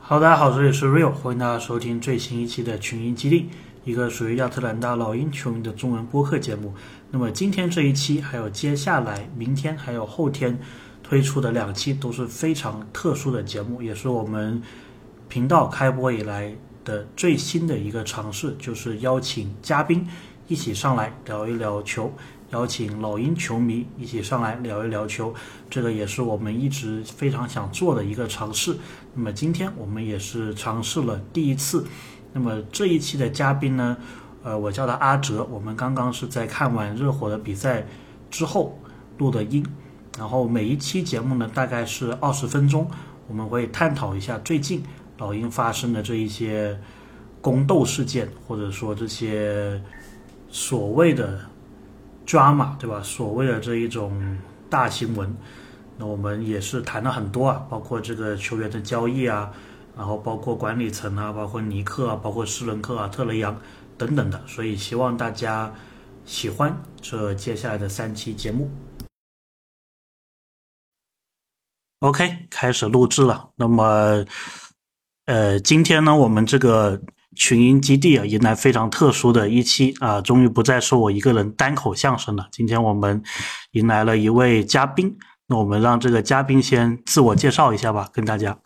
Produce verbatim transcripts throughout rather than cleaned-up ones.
好，大家好，这里是 Real，欢迎大家收听最新一期的群英基地，一个属于亚特兰大老鹰球迷的中文播客节目。那么今天这一期，还有接下来明天还有后天推出的两期都是非常特殊的节目，也是我们频道开播以来的最新的一个尝试，就是邀请嘉宾一起上来聊一聊球，邀请老鹰球迷一起上来聊一聊球，这个也是我们一直非常想做的一个尝试。那么今天我们也是尝试了第一次。那么这一期的嘉宾呢，呃，我叫他阿哲。我们刚刚是在看完热火的比赛之后录的音，然后每一期节目呢大概是二十分钟，我们会探讨一下最近老鹰发生的这一些宫斗事件，或者说这些所谓的 drama， 对吧？所谓的这一种大新闻。那我们也是谈了很多啊，包括这个球员的交易啊，然后包括管理层啊，包括尼克啊，包括施伦克啊、特雷杨等等的，所以希望大家喜欢这接下来的三期节目。OK， 开始录制了。那么，呃，今天呢，我们这个群英基地啊，迎来非常特殊的一期啊，终于不再是我一个人单口相声了。今天我们迎来了一位嘉宾。那我们让这个嘉宾先自我介绍一下吧，跟大家。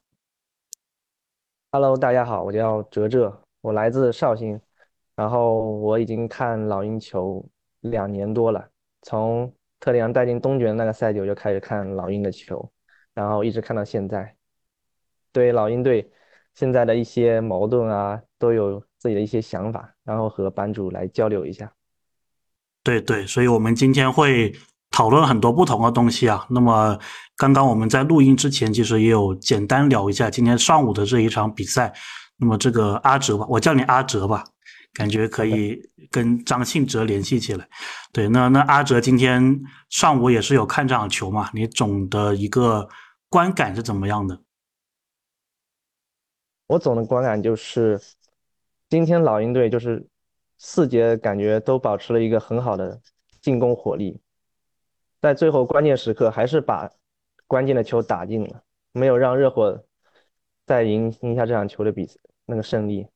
Hello，大家好，我叫哲哲，我来自绍兴，然后我已经看老鹰球两年多了，从特里昂带进东决的那个赛季我就开始看老鹰的球，然后一直看到现在，对老鹰队现在的一些矛盾啊，都有自己的一些想法，然后和版主来交流一下。 对对，所以我们今天会讨论很多不同的东西啊。那么刚刚我们在录音之前，其实也有简单聊一下今天上午的这一场比赛。那么这个阿哲吧，我叫你阿哲吧，感觉可以跟张信哲联系起来。对，那那阿哲今天上午也是有看这场球嘛？你总的一个观感是怎么样的？ 我总的观感就是，今天老鹰队就是四节感觉都保持了一个很好的进攻火力，在最后关键时刻还是把关键的球打进了，没有让热火再赢赢下这场球的比赛那个胜利。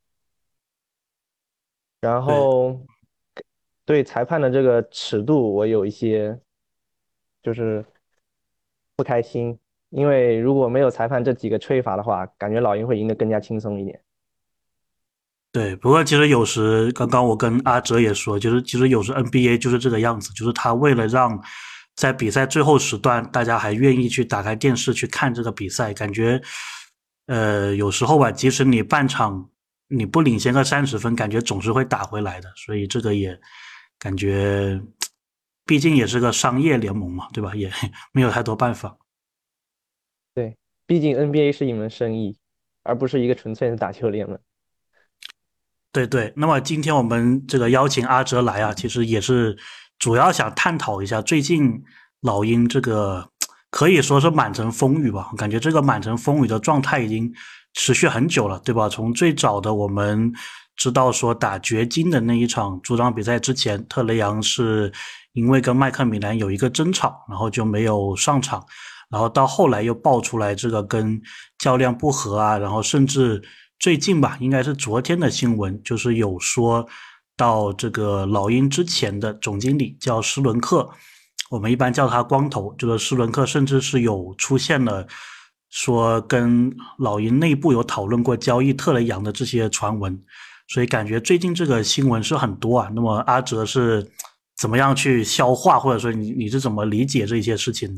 然对， 后对裁判的这个尺度，我有一些就是不开心，因为如果没有裁判这几个吹罚的话，感觉老鹰会赢得更加轻松一点。 对，不过其实有时，刚刚我跟阿哲也说，就是其实有时 N B A 就是这个样子，就是他为了让在比赛最后时段大家还愿意去打开电视去看这个比赛，感觉呃有时候吧，即使你半场你不领先个三十分，感觉总是会打回来的，所以这个也感觉，毕竟也是个商业联盟嘛，对吧？也没有太多办法。 对，毕竟 N B A 是一门生意，而不是一个纯粹的打球联盟。 对对，那么今天我们这个邀请阿哲来啊，其实也是主要想探讨一下最近老鹰这个可以说是满城风雨吧，感觉这个满城风雨的状态已经持续很久了，对吧？从最早的我们知道说打掘金的那一场主场比赛之前，特雷杨是因为跟麦克米兰有一个争吵，然后就没有上场，然后到后来又爆出来这个跟教练不和啊，然后甚至最近吧，应该是昨天的新闻，就是有说到这个老鹰之前的总经理叫施伦克，我们一般叫他光头，这个施伦克甚至是有出现了说跟老鹰内部有讨论过交易特雷杨的这些传闻，所以感觉最近这个新闻是很多啊。那么阿哲是怎么样去消化，或者说你你是怎么理解这些事情的？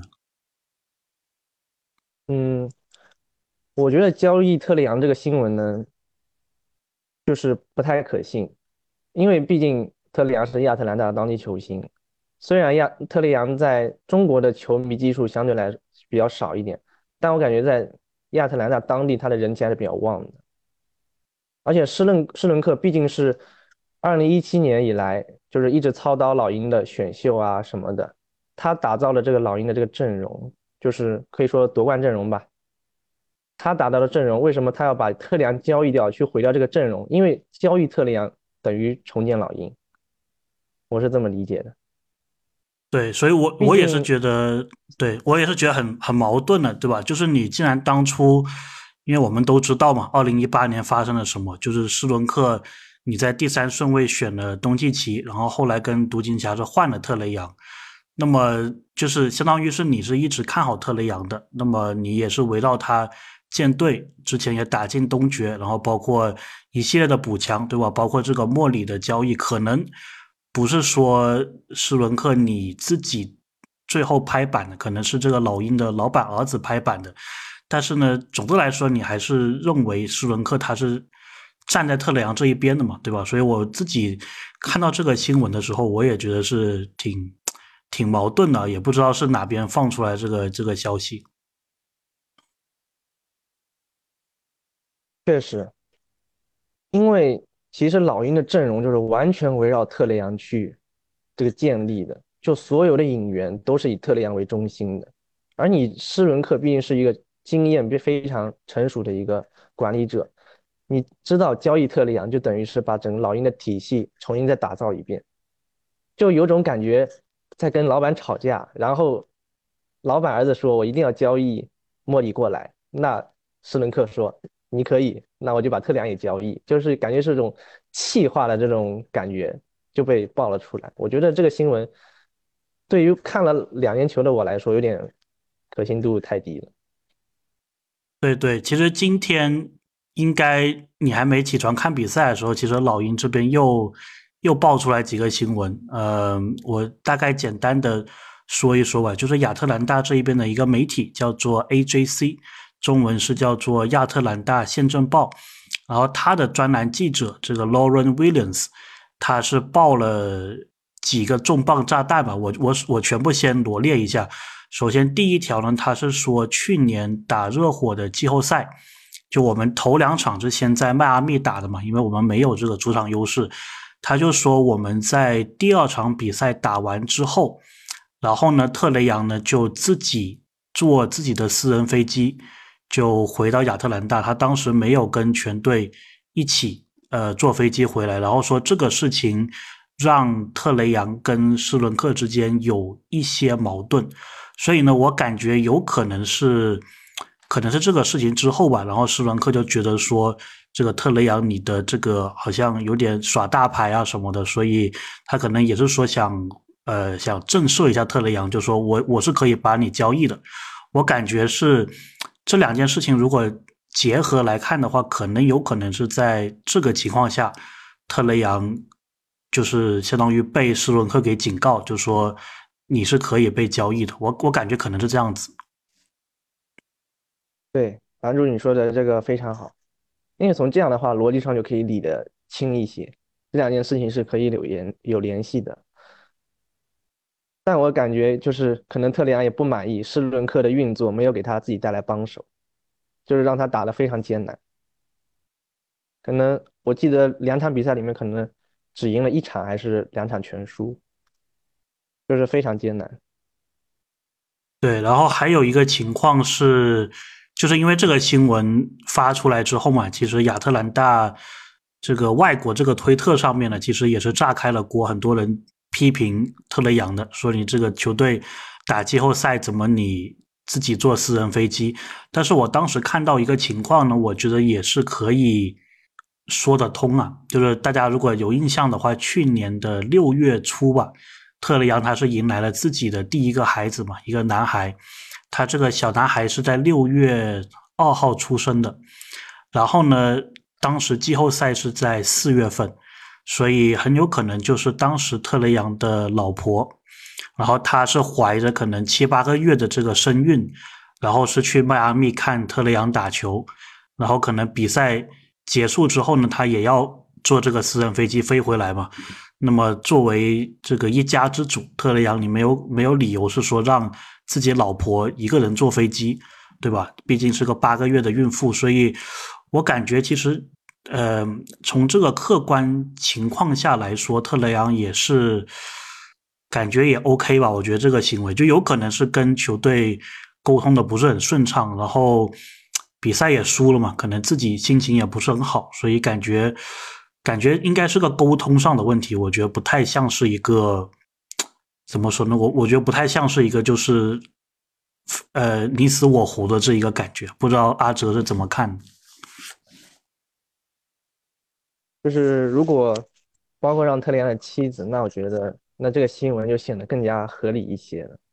嗯，我觉得交易特里昂这个新闻呢，就是不太可信，因为毕竟特里昂是亚特兰大的当地球星，虽然亚特里昂在中国的球迷基数相对来说比较少一点，但我感觉在亚特兰大当地他的人气还是比较旺的。而且施伦施伦克毕竟是二零一七年以来就是一直操刀老鹰的选秀啊什么的，他打造了这个老鹰的这个阵容，就是可以说夺冠阵容吧。他打造的阵容，为什么他要把特里昂交易掉，去毁掉这个阵容？因为交易特里昂等于重建老鹰，我是这么理解的。 对，所以我我也是毕竟， 觉得，对我也是觉得很很矛盾的，对吧？就是你既然当初因为我们都知道嘛，二零一八年发生了什么，就是斯伦克你在第三顺位选了东契奇，然后后来跟独行侠是换了特雷杨，那么就是相当于是你是一直看好特雷杨的，那么你也是围绕他建队，之前也打进东决，然后包括一系列的补强，对吧？包括这个莫里的交易，可能不是说施伦克你自己最后拍板的，可能是这个老鹰的老板儿子拍板的。但是呢，总的来说，你还是认为施伦克他是站在特雷杨这一边的嘛，对吧？所以我自己看到这个新闻的时候，我也觉得是挺挺矛盾的，也不知道是哪边放出来这个这个消息。 确实，因为其实老鹰的阵容就是完全围绕特雷杨去这个建立的，就所有的引援都是以特雷杨为中心的。而你施伦克毕竟是一个经验非常成熟的一个管理者，你知道交易特雷杨就等于是把整个老鹰的体系重新再打造一遍，就有种感觉在跟老板吵架，然后老板儿子说我一定要交易莫里过来，那施伦克说你可以，那我就把特雷杨也交易，就是感觉是这种气化的这种感觉就被爆了出来。我觉得这个新闻对于看了两年球的我来说，有点可信度太低了。 对对，其实今天应该你还没起床看比赛的时候，其实老鹰这边又又爆出来几个新闻。呃，我大概简单的说一说吧，就是亚特兰大这一边的一个媒体叫做 A J C，中文是叫做亚特兰大宪政报，然后他的专栏记者这个 Lauren Williams，他是爆了几个重磅炸弹吧，我我我全部先罗列一下。首先第一条呢，他是说去年打热火的季后赛，就我们头两场是先在迈阿密打的嘛，因为我们没有这个主场优势。他就说我们在第二场比赛打完之后，然后呢，特雷杨呢就自己坐自己的私人飞机就回到亚特兰大，他当时没有跟全队一起呃坐飞机回来，然后说这个事情让特雷杨跟施伦克之间有一些矛盾。所以呢，我感觉有可能是，可能是这个事情之后吧，然后施伦克就觉得说，这个特雷杨你的这个好像有点耍大牌啊什么的，所以他可能也是说想，呃，想震慑一下特雷杨，就说我我是可以把你交易的。我感觉是这两件事情如果结合来看的话，可能有可能是在这个情况下，特雷杨就是相当于被施伦克给警告，就说你是可以被交易的。我我感觉可能是这样子。 对，男主你说的这个非常好，因为从这样的话逻辑上就可以理得清一些，这两件事情是可以有联有联系的。但我感觉就是可能特雷杨也不满意施伦克的运作没有给他自己带来帮手，就是让他打得非常艰难。可能我记得两场比赛里面可能只赢了一场还是两场全输，就是非常艰难。 对，然后还有一个情况是，就是因为这个新闻发出来之后嘛，其实亚特兰大这个外国这个推特上面呢，其实也是炸开了锅，很多人批评特雷杨的，说你这个球队打季后赛怎么你自己坐私人飞机？但是我当时看到一个情况呢，我觉得也是可以说得通啊，就是大家如果有印象的话，去年的六月初吧。特雷杨他是迎来了自己的第一个孩子嘛，一个男孩。他这个小男孩是在六月二号出生的，然后呢，当时季后赛是在四月份，所以很有可能就是当时特雷杨的老婆，然后她是怀着可能七八个月的这个身孕，然后是去迈阿密看特雷杨打球，然后可能比赛结束之后呢，他也要坐这个私人飞机飞回来嘛。那么作为这个一家之主，特雷杨你没有没有理由是说让自己老婆一个人坐飞机，对吧？毕竟是个八个月的孕妇，所以我感觉其实，呃，从这个客观情况下来说，特雷杨也是感觉也 OK 吧。我觉得这个行为就有可能是跟球队沟通的不是很顺畅，然后比赛也输了嘛，可能自己心情也不是很好，所以感觉。感觉应该是个沟通上的问题，我觉得不太像是一个怎么说呢？我我觉得不太像是一个就是呃你死我活的这一个感觉，不知道阿哲是怎么看的？ 就是如果包括让特雷杨的妻子，那我觉得那这个新闻就显得更加合理一些了。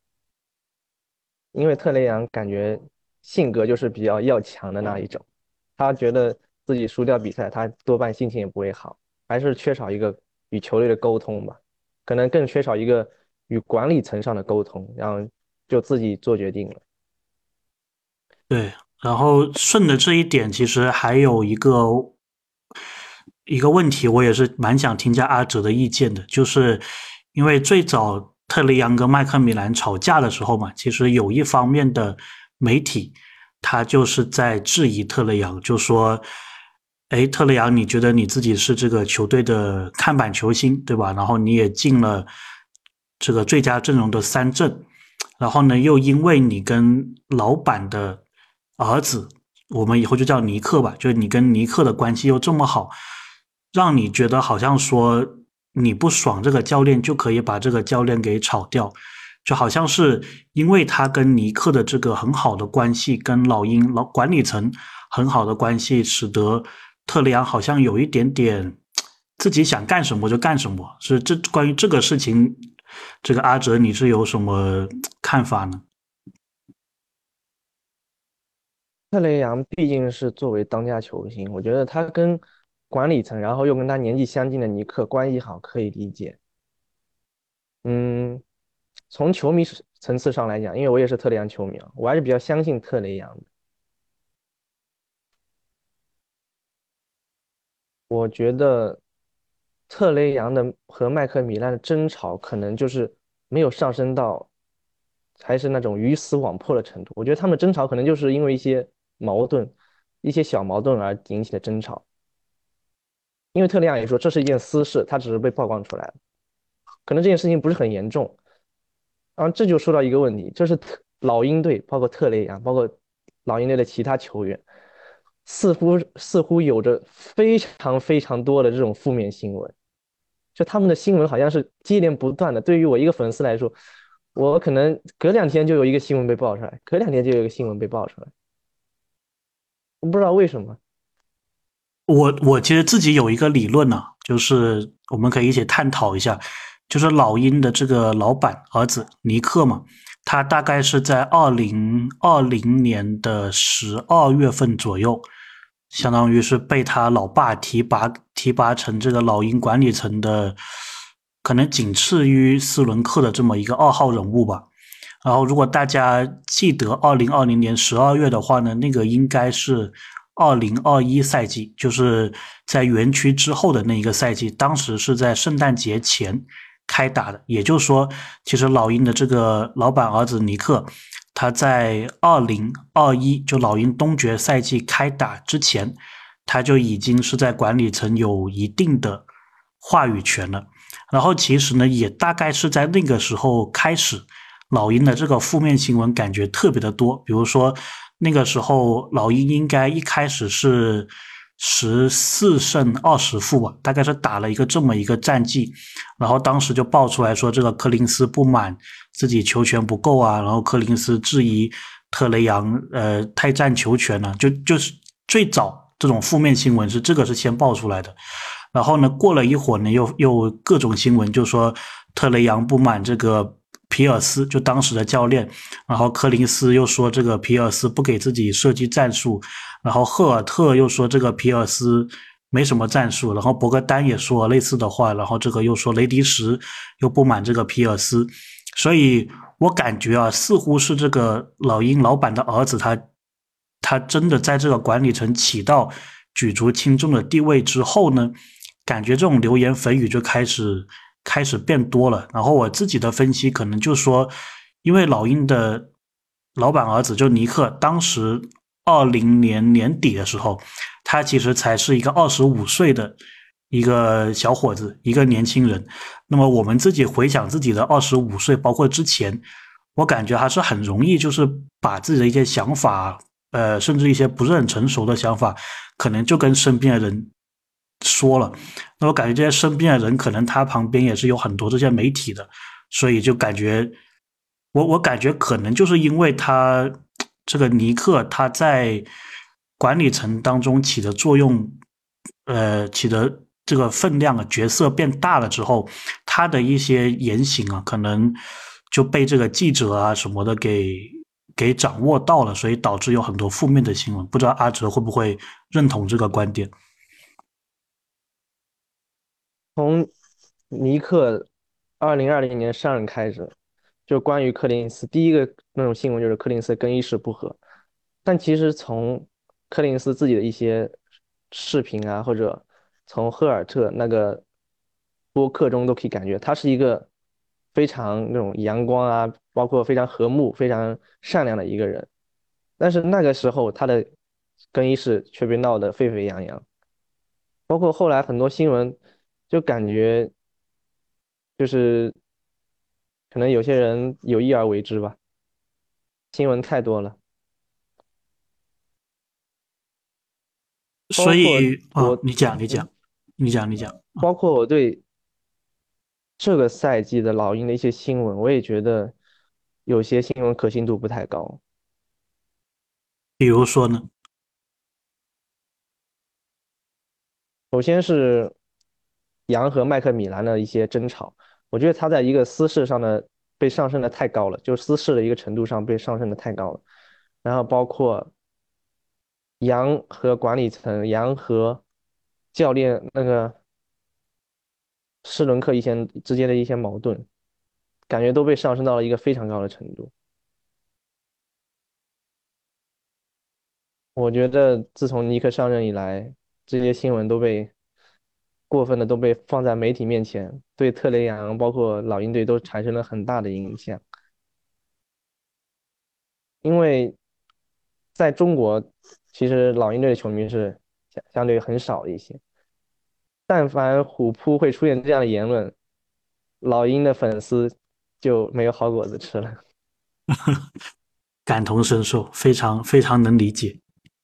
因为特雷杨感觉性格就是比较要强的那一种，他觉得自己输掉比赛，他多半心情也不会好，还是缺少一个与球队的沟通吧，可能更缺少一个与管理层上的沟通，然后就自己做决定了。 对，然后顺着这一点，其实还有一个一个问题，我也是蛮想听下阿哲的意见的，就是因为最早特雷杨跟麦克米兰吵架的时候嘛，其实有一方面的媒体，他就是在质疑特雷杨，就说，哎，特雷杨，你觉得你自己是这个球队的看板球星，对吧？然后你也进了这个最佳阵容的三阵，然后呢，又因为你跟老板的儿子，我们以后就叫尼克吧，就是你跟尼克的关系又这么好，让你觉得好像说你不爽这个教练就可以把这个教练给炒掉，就好像是因为他跟尼克的这个很好的关系，跟老鹰老管理层很好的关系，使得特雷杨好像有一点点自己想干什么就干什么。是这关于这个事情，这个阿哲你是有什么看法呢？ 特雷杨毕竟是作为当家球星，我觉得他跟管理层，然后又跟他年纪相近的尼克关系好，可以理解。嗯，从球迷层次上来讲，因为我也是特雷杨球迷啊，我还是比较相信特雷杨的。我觉得特雷杨的和麦克米兰的争吵，可能就是没有上升到还是那种鱼死网破的程度。我觉得他们争吵可能就是因为一些矛盾、一些小矛盾而引起的争吵。因为特雷杨也说这是一件私事，他只是被曝光出来了，可能这件事情不是很严重。然后这就说到一个问题，就是特老鹰队，包括特雷杨，包括老鹰队的其他球员，似乎似乎有着非常非常多的这种负面新闻，就他们的新闻好像是接连不断的。对于我一个粉丝来说，我可能隔两天就有一个新闻被爆出来，隔两天就有一个新闻被爆出来，我不知道为什么。 我我其实自己有一个理论呢、啊，就是我们可以一起探讨一下，就是老鹰的这个老板儿子尼克嘛，他大概是在二零二零年的十二月份左右，相当于是被他老爸提拔提拔成这个老鹰管理层的，可能仅次于斯伦克的这么一个二号人物吧。然后，如果大家记得二零二零年十二月的话呢，那个应该是二零二一赛季，就是在园区之后的那一个赛季，当时是在圣诞节前开打的。也就是说，其实老鹰的这个老板儿子尼克，他在二零二一就老鹰东决赛季开打之前，他就已经是在管理层有一定的话语权了。然后其实呢，也大概是在那个时候开始。老鹰的这个负面新闻感觉特别的多，比如说那个时候老鹰应该一开始是十四胜二十负吧，大概是打了一个这么一个战绩，然后当时就爆出来说这个柯林斯不满自己球权不够啊，然后柯林斯质疑特雷杨呃太占球权了、啊，就就是最早这种负面新闻是这个是先爆出来的，然后呢过了一会儿呢又又各种新闻就说特雷杨不满这个。皮尔斯就当时的教练，然后柯林斯又说这个皮尔斯不给自己设计战术，然后赫尔特又说这个皮尔斯没什么战术，然后博格丹也说类似的话，然后这个又说雷迪什又不满这个皮尔斯，所以我感觉啊，似乎是这个老鹰老板的儿子他他真的在这个管理层起到举足轻重的地位之后呢，感觉这种流言蜚语就开始。开始变多了，然后我自己的分析可能就说，因为老鹰的老板儿子就尼克，当时二零年年底的时候，他其实才是一个二十五岁的一个小伙子，一个年轻人。那么我们自己回想自己的二十五岁，包括之前，我感觉还是很容易，就是把自己的一些想法，呃，甚至一些不是很成熟的想法，可能就跟身边的人。说了，那我感觉这些身边的人可能他旁边也是有很多这些媒体的，所以就感觉我我感觉可能就是因为他这个尼克他在管理层当中起的作用，呃，起的这个分量啊角色变大了之后，他的一些言行啊，可能就被这个记者啊什么的给给掌握到了，所以导致有很多负面的新闻。不知道阿哲会不会认同这个观点？ 从尼克二零二零年上任开始，就关于柯林斯第一个那种新闻就是柯林斯更衣室不和，但其实从柯林斯自己的一些视频啊，或者从赫尔特那个播客中都可以感觉他是一个非常那种阳光啊，包括非常和睦、非常善良的一个人。但是那个时候他的更衣室却被闹得沸沸扬扬，包括后来很多新闻就感觉就是可能有些人有意而为之吧，新闻太多了。 所包括以啊， 我， 你讲，你讲， 嗯， 你讲，你讲。 包括我对这个赛季的老鹰的一些新闻，我也觉得有些新闻可信度不太高。 比如说呢？ 首先是杨和麦克米兰的一些争吵，我觉得他在一个私事上的被上升的太高了，就是私事的一个程度上被上升的太高了。然后包括杨和管理层、杨和教练那个施伦克一些之间的一些矛盾，感觉都被上升到了一个非常高的程度。我觉得自从尼克上任以来，这些新闻都被过分的都被放在媒体面前，对特雷杨包括老鹰队都产生了很大的影响。因为在中国，其实老鹰队的球迷是相相对很少的一些，但凡虎扑会出现这样的言论，老鹰的粉丝就没有好果子吃了。 感同身受，非常非常能理解。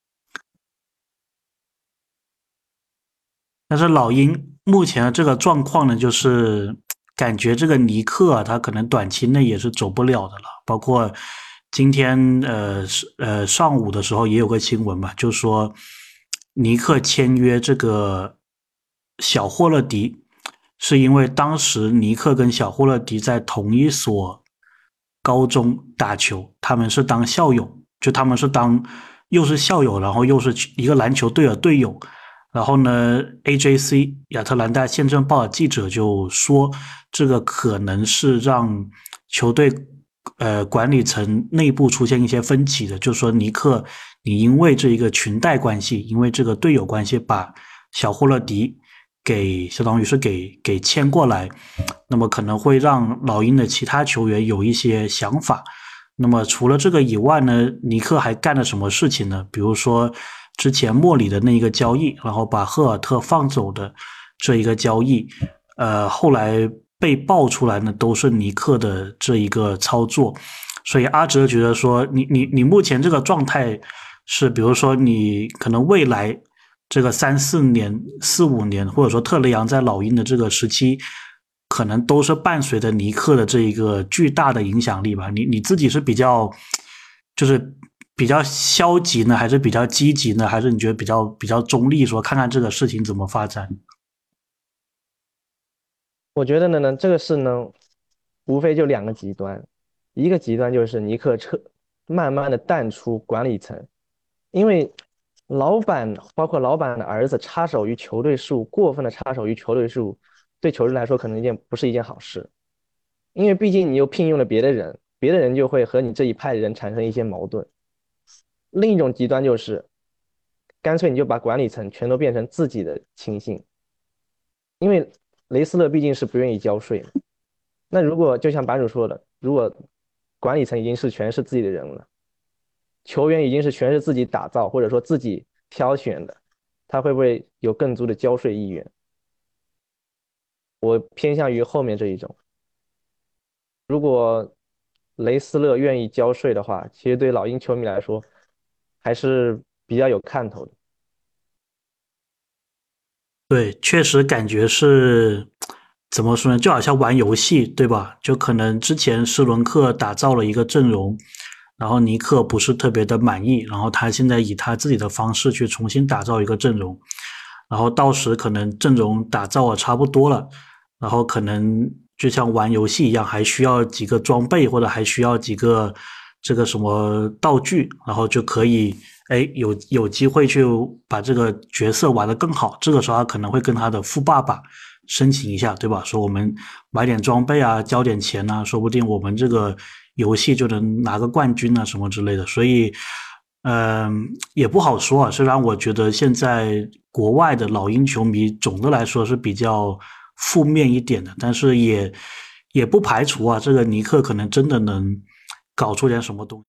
但是老鹰目前的这个状况呢，就是感觉这个尼克啊，他可能短期内也是走不了的了。包括今天呃呃上午的时候也有个新闻嘛，就说尼克签约这个小霍勒迪，是因为当时尼克跟小霍勒迪在同一所高中打球，他们是当校友，就他们是当又是校友，然后又是一个篮球队的队友。然后呢，A J C 亚特兰大宪政报的记者就说，这个可能是让球队呃管理层内部出现一些分歧的，就是说尼克，你因为这一个裙带关系，因为这个队友关系，把小霍勒迪给相当于是给给签过来，那么可能会让老鹰的其他球员有一些想法。那么除了这个以外呢，尼克还干了什么事情呢？比如说之前莫里的那一个交易，然后把赫尔特放走的这一个交易，呃，后来被爆出来呢，都是尼克的这一个操作。所以阿哲觉得说，你你你目前这个状态是，比如说你可能未来这个三四年、四五年，或者说特雷杨在老鹰的这个时期，可能都是伴随着尼克的这一个巨大的影响力吧。你你自己是比较，就是比较消极呢，还是比较积极呢？还是你觉得比较比较中立，说看看这个事情怎么发展？ 我觉得呢呢，这个事呢，无非就两个极端，一个极端就是尼克彻慢慢的淡出管理层，因为老板包括老板的儿子插手于球队事务，过分的插手于球队事务，对球队来说可能一件不是一件好事，因为毕竟你又聘用了别的人，别的人就会和你这一派的人产生一些矛盾。另一种极端就是，干脆你就把管理层全都变成自己的亲信，因为雷斯勒毕竟是不愿意交税的。那如果就像版主说的，如果管理层已经是全是自己的人了，球员已经是全是自己打造或者说自己挑选的，他会不会有更足的交税意愿？我偏向于后面这一种。如果雷斯勒愿意交税的话，其实对老鹰球迷来说还是比较有看头的。 对，确实感觉是怎么说呢？就好像玩游戏，对吧？就可能之前施伦克打造了一个阵容，然后尼克不是特别的满意，然后他现在以他自己的方式去重新打造一个阵容，然后到时可能阵容打造的差不多了，然后可能就像玩游戏一样，还需要几个装备或者还需要几个这个什么道具，然后就可以哎有有机会去把这个角色玩得更好。这个时候他可能会跟他的富爸爸申请一下，对吧？说我们买点装备啊，交点钱啊，说不定我们这个游戏就能拿个冠军啊什么之类的。所以，嗯、呃，也不好说啊。虽然我觉得现在国外的老鹰球迷总的来说是比较负面一点的，但是也也不排除啊，这个尼克可能真的能搞出点什么东西。